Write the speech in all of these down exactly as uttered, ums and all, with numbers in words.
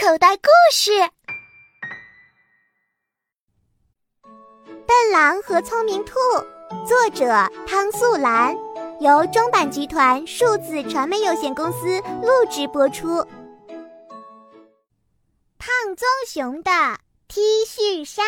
口袋故事。笨狼和聪明兔，作者汤素兰，由中版集团数字传媒有限公司录制播出。胖棕熊的 T 恤衫。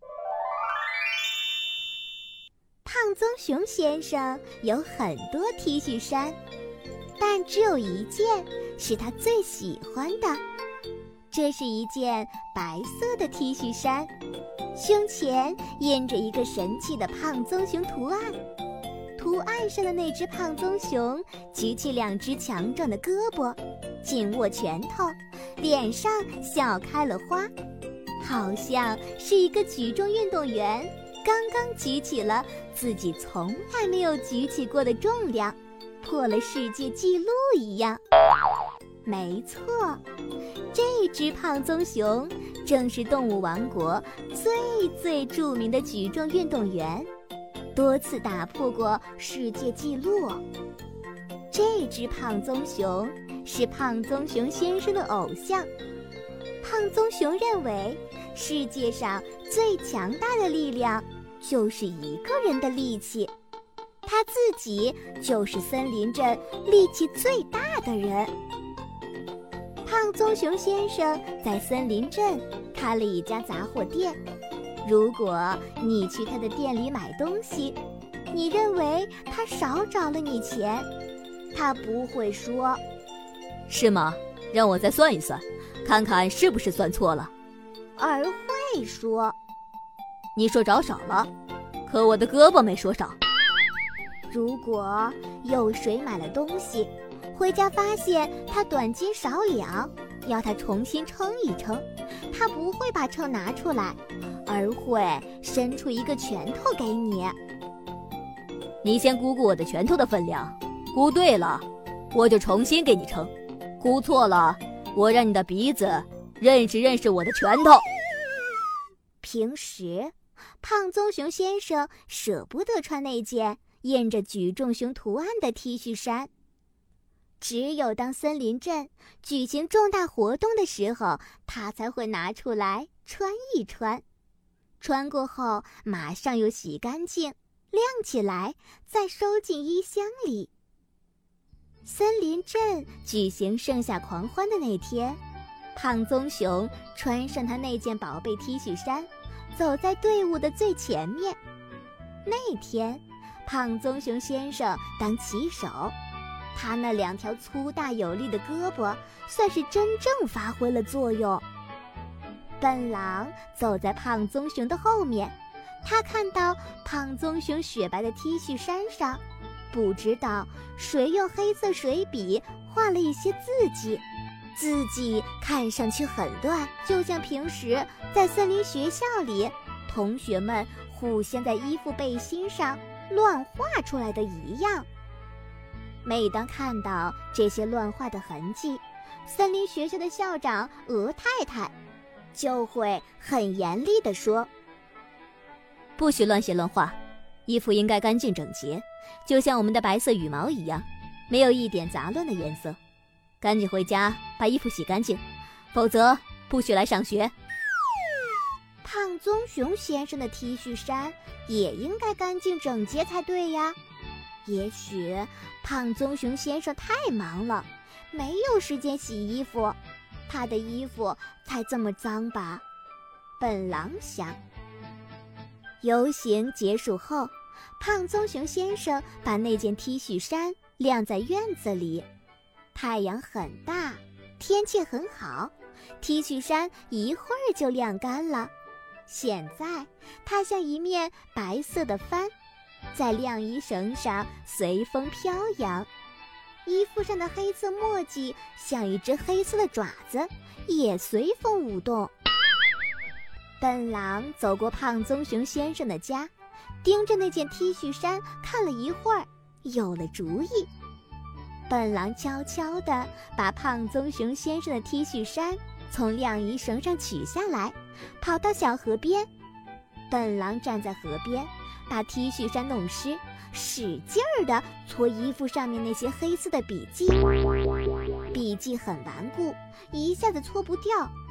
胖棕熊先生有很多 T 恤衫，但只有一件是他最喜欢的。这是一件白色的 T 恤衫，胸前印着一个神奇的胖棕熊图案。图案上的那只胖棕熊举起两只强壮的胳膊，紧握拳头，脸上笑开了花，好像是一个举重运动员刚刚举起了自己从来没有举起过的重量，破了世界纪录一样。没错，这只胖棕熊正是动物王国最最著名的举重运动员，多次打破过世界纪录。这只胖棕熊是胖棕熊先生的偶像。胖棕熊认为，世界上最强大的力量就是一个人的力气，他自己就是森林镇力气最大的人。胖棕熊先生在森林镇开了一家杂货店，如果你去他的店里买东西，你认为他少找了你钱，他不会说是吗？让我再算一算，看看是不是算错了， 而会说你说找少了，可我的胳膊没说少。 如果有谁买了东西回家发现他短斤少两，要他重新称一称，他不会把秤拿出来，而会伸出一个拳头给你。 你先估估我的拳头的分量，估对了我就重新给你称，估错了我让你的鼻子认识认识我的拳头。 平时胖棕熊先生舍不得穿那件印着举重熊图案的 T 恤衫，只有当森林镇举行重大活动的时候，他才会拿出来穿一穿。穿过后马上又洗干净，晾起来，再收进衣箱里。森林镇举行盛夏狂欢的那天，胖棕熊穿上他那件宝贝 T 恤衫，走在队伍的最前面。那天胖棕熊先生当旗手，他那两条粗大有力的胳膊算是真正发挥了作用。笨狼走在胖棕熊的后面，他看到胖棕熊雪白的 T 恤衫上，不知道谁用黑色水笔画了一些字迹，字迹看上去很乱，就像平时在森林学校里同学们互相在衣服背心上乱画出来的一样。每当看到这些乱画的痕迹，森林学校的校长鹅太太就会很严厉地说， 不许乱写乱画，衣服应该干净整洁，就像我们的白色羽毛一样，没有一点杂乱的颜色。赶紧回家把衣服洗干净，否则不许来上学。 胖棕熊先生的 T 恤衫也应该干净整洁才对呀。也许胖棕熊先生太忙了，没有时间洗衣服，他的衣服才这么脏吧？笨狼想。游行结束后，胖棕熊先生把那件 T 恤衫晾在院子里。太阳很大，天气很好， T 恤衫一会儿就晾干了。现在它像一面白色的帆，在晾衣绳上随风飘扬。衣服上的黑色墨迹像一只黑色的爪子，也随风舞动。笨狼走过胖棕熊先生的家，盯着那件 T 恤衫看了一会儿，有了主意。笨狼悄悄地把胖棕熊先生的 T 恤衫从晾衣绳上取下来，跑到小河边。笨狼站在河边，把 T 恤衫弄湿，使劲儿地搓衣服上面那些黑色的笔记。笔记很顽固，一下子搓不掉，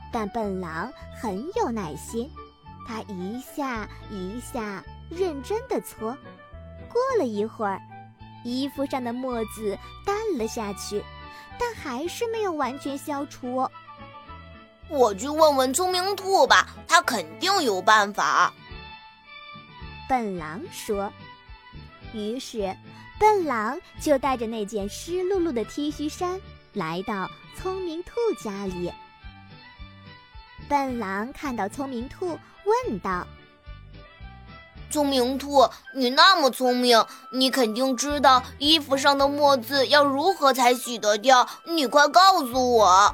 但笨狼很有耐心，他一下一下认真地搓。过了一会儿，衣服上的沫子淡了下去，但还是没有完全消除。 我去问问聪明兔吧，他肯定有办法。 笨狼说。于是笨狼就带着那件湿漉漉的 T 恤衫来到聪明兔家里。笨狼看到聪明兔，问道： 聪明兔，你那么聪明，你肯定知道衣服上的沫子要如何才洗得掉，你快告诉我。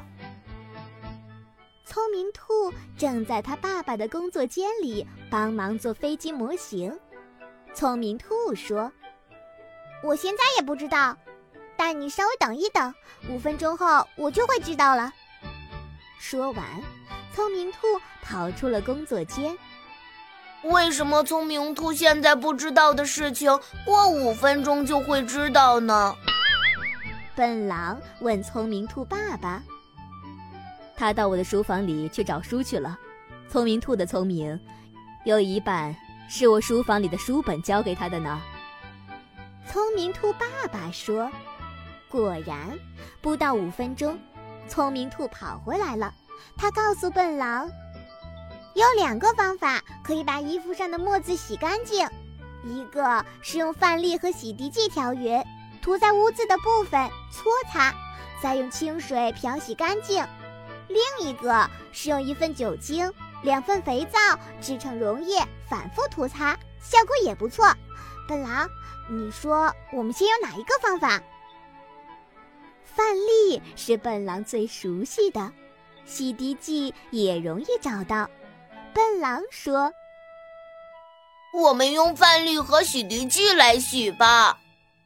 聪明兔正在他爸爸的工作间里帮忙做飞机模型。聪明兔说：我现在也不知道，但你稍微等一等，五分钟后我就会知道了。说完，聪明兔跑出了工作间。 为什么聪明兔现在不知道的事情，过五分钟就会知道呢？ 笨狼问聪明兔爸爸。 他到我的书房里去找书去了。聪明兔的聪明，有一半是我书房里的书本教给他的呢。 聪明兔爸爸说。果然，不到五分钟，聪明兔跑回来了。他告诉笨狼，有两个方法可以把衣服上的沫子洗干净，一个是用饭粒和洗涤剂调匀，涂在污渍的部分搓擦，再用清水漂洗干净；另一个是用一份酒精、两份肥皂制成溶液，反复涂擦，效果也不错。笨狼，你说我们先用哪一个方法？饭粒是笨狼最熟悉的，洗涤剂也容易找到。笨狼说： 我们用饭粒和洗涤剂来洗吧。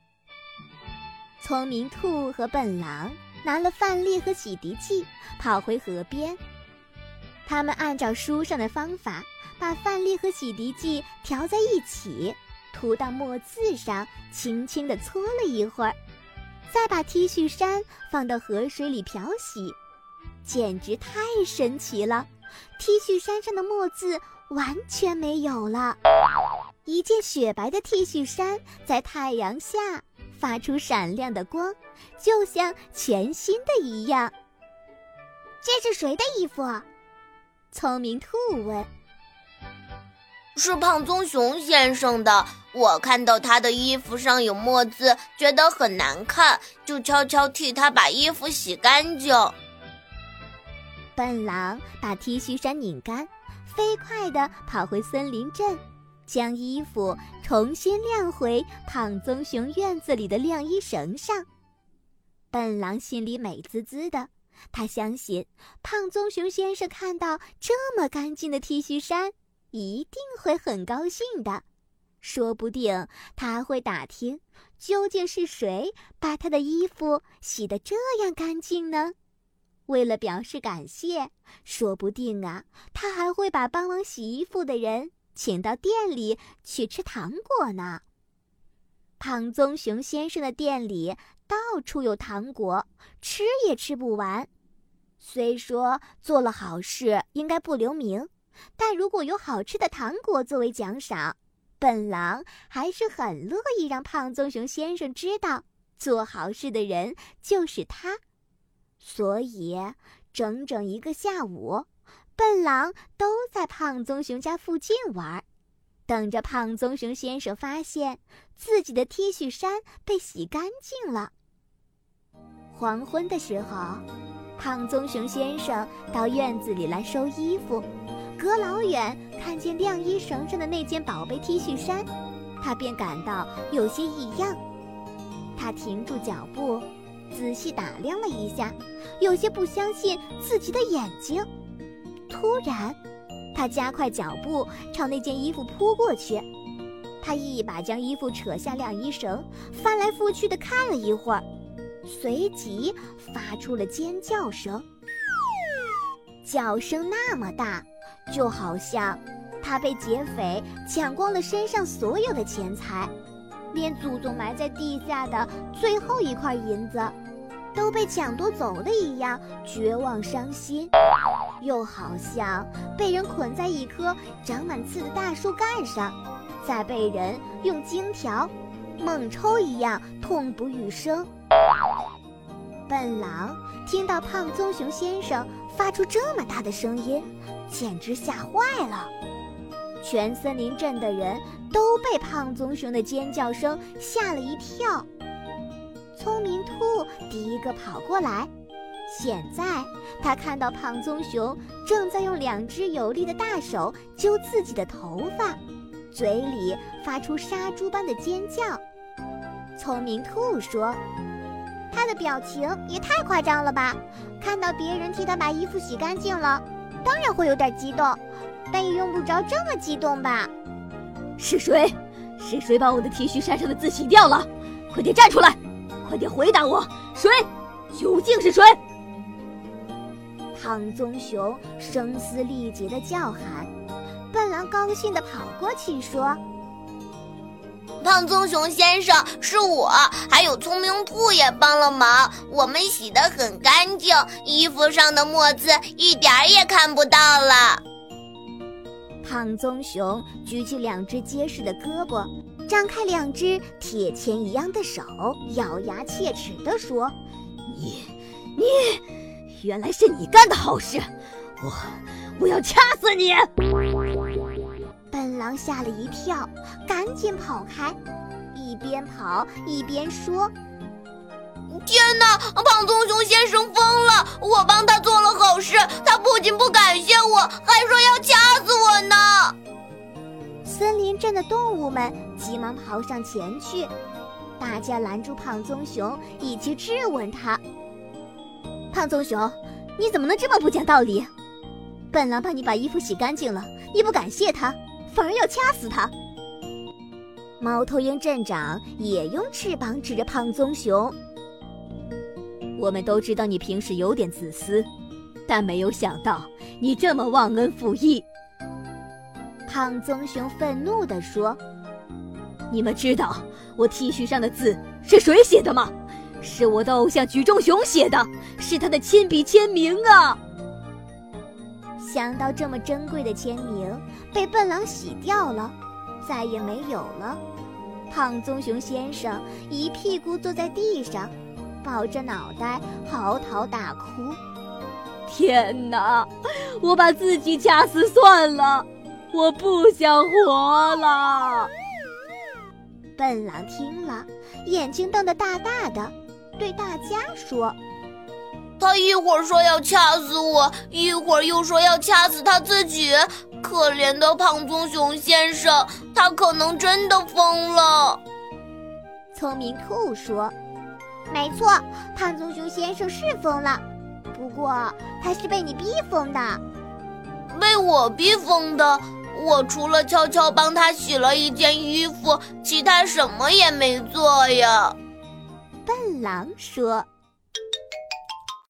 聪明兔和笨狼拿了饭粒和洗涤剂，跑回河边。他们按照书上的方法，把饭粒和洗涤剂调在一起，涂到墨渍上，轻轻地搓了一会儿，再把 T 恤衫放到河水里漂洗。简直太神奇了， T 恤衫上的墨渍完全没有了，一件雪白的 T 恤衫在太阳下发出闪亮的光，就像全新的一样。这是谁的衣服？聪明兔问。 是胖棕熊先生的，我看到他的衣服上有墨渍，觉得很难看，就悄悄替他把衣服洗干净。 笨狼把 T 恤衫拧干，飞快地跑回森林镇，将衣服重新晾回胖棕熊院子里的晾衣绳上。笨狼心里美滋滋的，他相信胖棕熊先生看到这么干净的 T 恤衫，一定会很高兴的。说不定他会打听，究竟是谁把他的衣服洗得这样干净呢？为了表示感谢，说不定啊，他还会把帮忙洗衣服的人请到店里去吃糖果呢。胖棕熊先生的店里到处有糖果，吃也吃不完。虽说做了好事应该不留名，但如果有好吃的糖果作为奖赏，笨狼还是很乐意让胖棕熊先生知道，做好事的人就是他。所以整整一个下午，笨狼都在胖棕熊家附近玩，等着胖棕熊先生发现自己的 T 恤衫被洗干净了。黄昏的时候，胖棕熊先生到院子里来收衣服，隔老远看见晾衣绳上的那件宝贝 T 恤衫，他便感到有些异样。他停住脚步，仔细打量了一下，有些不相信自己的眼睛。突然，他加快脚步朝那件衣服扑过去。他一把将衣服扯下晾衣绳，翻来覆去地看了一会儿，随即发出了尖叫声。叫声那么大，就好像他被劫匪抢光了身上所有的钱财，连祖宗埋在地下的最后一块银子都被抢夺走了一样绝望伤心，又好像被人捆在一棵长满刺的大树干上，再被人用荆条猛抽一样痛不欲生。笨狼听到胖棕熊先生发出这么大的声音，简直吓坏了。全森林镇的人都被胖棕熊的尖叫声吓了一跳。聪明兔第一个跑过来，现在他看到胖棕熊正在用两只有力的大手揪自己的头发，嘴里发出杀猪般的尖叫。聪明兔说：“他的表情也太夸张了吧，看到别人替他把衣服洗干净了，当然会有点激动，但也用不着这么激动吧。” 是谁？是谁把我的 T 恤衫上的字洗掉了？快点站出来！快点回答我，谁？究竟是谁？ 胖棕熊声嘶力竭地叫喊，笨狼高兴地跑过去说：“ 胖棕熊先生，是我，还有聪明兔也帮了忙，我们洗得很干净，衣服上的墨渍一点儿也看不到了。” 胖棕熊举起两只结实的胳膊，张开两只铁钳一样的手，咬牙切齿地说：“ 你，你，原来是你干的好事，我，我要掐死你！” 笨狼吓了一跳，赶紧跑开，一边跑一边说：“ 天哪，胖棕熊先生疯了！我帮他做了好事，他不仅不感谢我，还说要掐死我呢！” 森林镇的动物们急忙跑上前去，大家拦住胖棕熊，一起质问他：“ 胖棕熊，你怎么能这么不讲道理？笨狼帮你把衣服洗干净了，你不感谢他，反而要掐死他。” 猫头鹰镇长也用翅膀指着胖棕熊：“ 我们都知道你平时有点自私，但没有想到你这么忘恩负义。” 胖棕熊愤怒地说：“ 你们知道我 T 恤上的字是谁写的吗？是我的偶像举重熊写的，是他的亲笔签名啊！” 想到这么珍贵的签名被笨狼洗掉了，再也没有了，胖棕熊先生一屁股坐在地上，抱着脑袋嚎啕大哭。 天哪，我把自己掐死算了，我不想活了。 笨狼听了，眼睛瞪得大大的，对大家说：“ 他一会儿说要掐死我，一会儿又说要掐死他自己，可怜的胖棕熊先生，他可能真的疯了。” 聪明兔说：“没错，胖棕熊先生是疯了，不过他是被你逼疯的。”“ 被我逼疯的？我除了悄悄帮他洗了一件衣服，其他什么也没做呀。” 笨狼说。